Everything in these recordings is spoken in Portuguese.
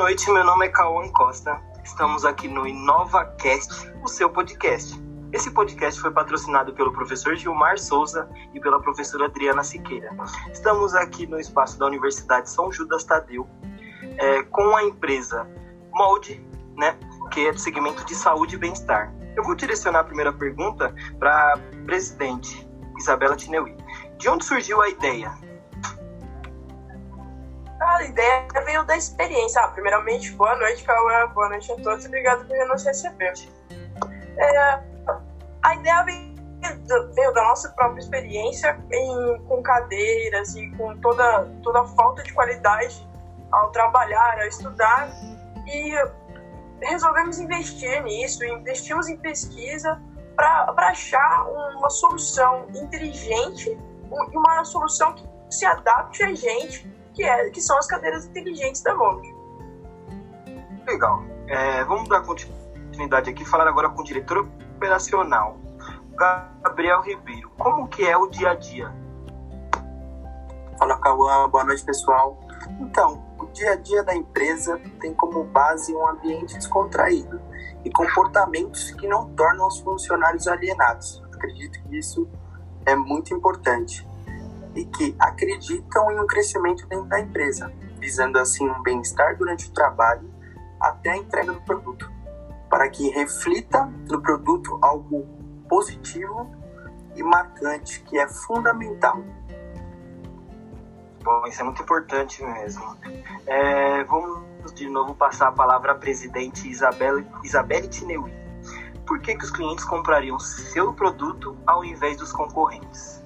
noite, meu nome é Cauã Costa. Estamos aqui no InovaCast, o seu podcast. Esse podcast foi patrocinado pelo professor Gilmar Souza e pela professora Adriana Siqueira. Estamos aqui no espaço da Universidade São Judas Tadeu, com a empresa Molde, né, que é do segmento de saúde e bem-estar. Eu vou direcionar a primeira pergunta para a presidente Isabela Tineuí. De onde surgiu a ideia? A ideia veio da experiência. Primeiramente, boa noite, Cauã. Boa noite a todos. Obrigado por nos receber. A ideia veio da nossa própria experiência com cadeiras e com toda a falta de qualidade ao trabalhar, ao estudar. E resolvemos investir nisso, investimos em pesquisa para achar uma solução inteligente e uma solução que se adapte a gente, que são as cadeiras inteligentes da Molde. Legal. Vamos dar continuidade aqui, falar agora com o diretor operacional, Gabriel Ribeiro. Como que é o dia a dia? Fala, Cauã. Boa noite, pessoal. Então, o dia a dia da empresa tem como base um ambiente descontraído e comportamentos que não tornam os funcionários alienados. Acredito que isso é muito importante. E que acreditam em um crescimento dentro da empresa, visando assim um bem-estar durante o trabalho até a entrega do produto, para que reflita no produto algo positivo e marcante, que é fundamental. Bom, isso é muito importante mesmo. Vamos de novo passar a palavra à presidente Isabelle Tineuí. Por que os clientes comprariam seu produto ao invés dos concorrentes?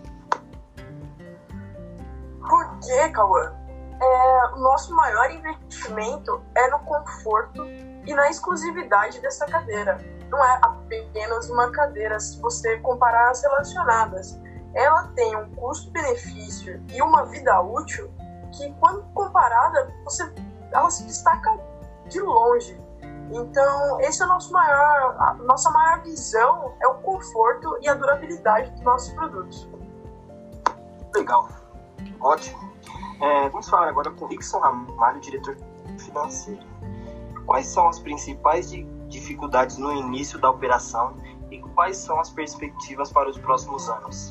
Porque, Cauã, o nosso maior investimento é no conforto e na exclusividade dessa cadeira. Não é apenas uma cadeira, se você comparar as relacionadas. Ela tem um custo-benefício e uma vida útil que, quando comparada, ela se destaca de longe. Então, esse é a nossa maior visão, é o conforto e a durabilidade dos nossos produtos. Legal. Ótimo. Vamos falar agora com o Rickson Ramalho, diretor financeiro. Quais são as principais dificuldades no início da operação e quais são as perspectivas para os próximos anos?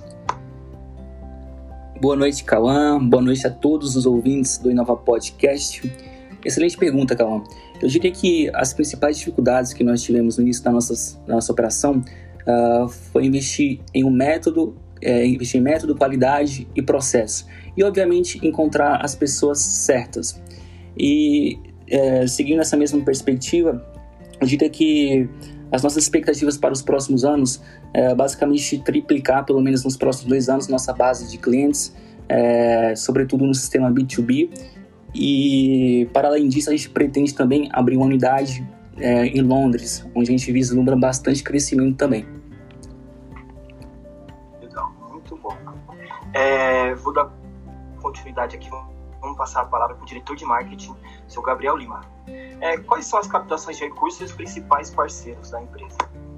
Boa noite, Cauã. Boa noite a todos os ouvintes do Inova Podcast. Excelente pergunta, Cauã. Eu diria que as principais dificuldades que nós tivemos no início da nossa operação foi investir em método, qualidade e processo. E, obviamente, encontrar as pessoas certas. E, seguindo essa mesma perspectiva, eu diria que as nossas expectativas para os próximos anos é basicamente triplicar, pelo menos nos próximos 2 anos, nossa base de clientes, sobretudo no sistema B2B. E, para além disso, a gente pretende também abrir uma unidade em Londres, onde a gente vislumbra bastante crescimento também. Legal, muito bom. Vou dar continuidade aqui, vamos passar a palavra para o diretor de marketing, o seu Gabriel Lima. Quais são as captações de recursos e os principais parceiros da empresa?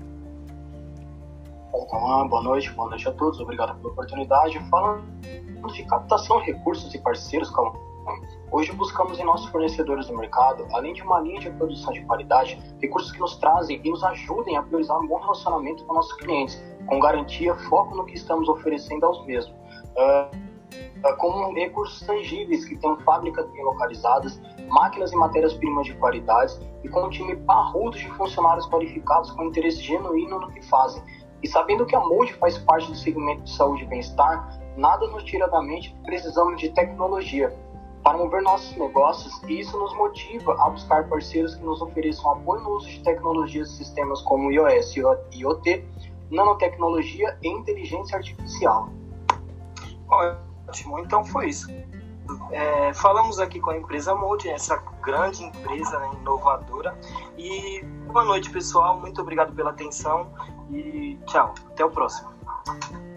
Olá, boa noite a todos, obrigado pela oportunidade. Falando de captação de recursos e parceiros, hoje buscamos em nossos fornecedores do mercado, além de uma linha de produção de qualidade, recursos que nos trazem e nos ajudem a priorizar um bom relacionamento com nossos clientes, com garantia, foco no que estamos oferecendo aos mesmos. Como recursos tangíveis que tenham fábricas bem localizadas, máquinas e matérias-primas de qualidade e com um time parrudo de funcionários qualificados com interesse genuíno no que fazem. E sabendo que a Molde faz parte do segmento de saúde e bem-estar, nada nos tira da mente que precisamos de tecnologia para mover nossos negócios, e isso nos motiva a buscar parceiros que nos ofereçam apoio no uso de tecnologias e sistemas como iOS e IoT, nanotecnologia e inteligência artificial. Ótimo, então foi isso. Falamos aqui com a empresa Molde, essa grande empresa, né, inovadora. E boa noite, pessoal. Muito obrigado pela atenção e tchau. Até o próximo.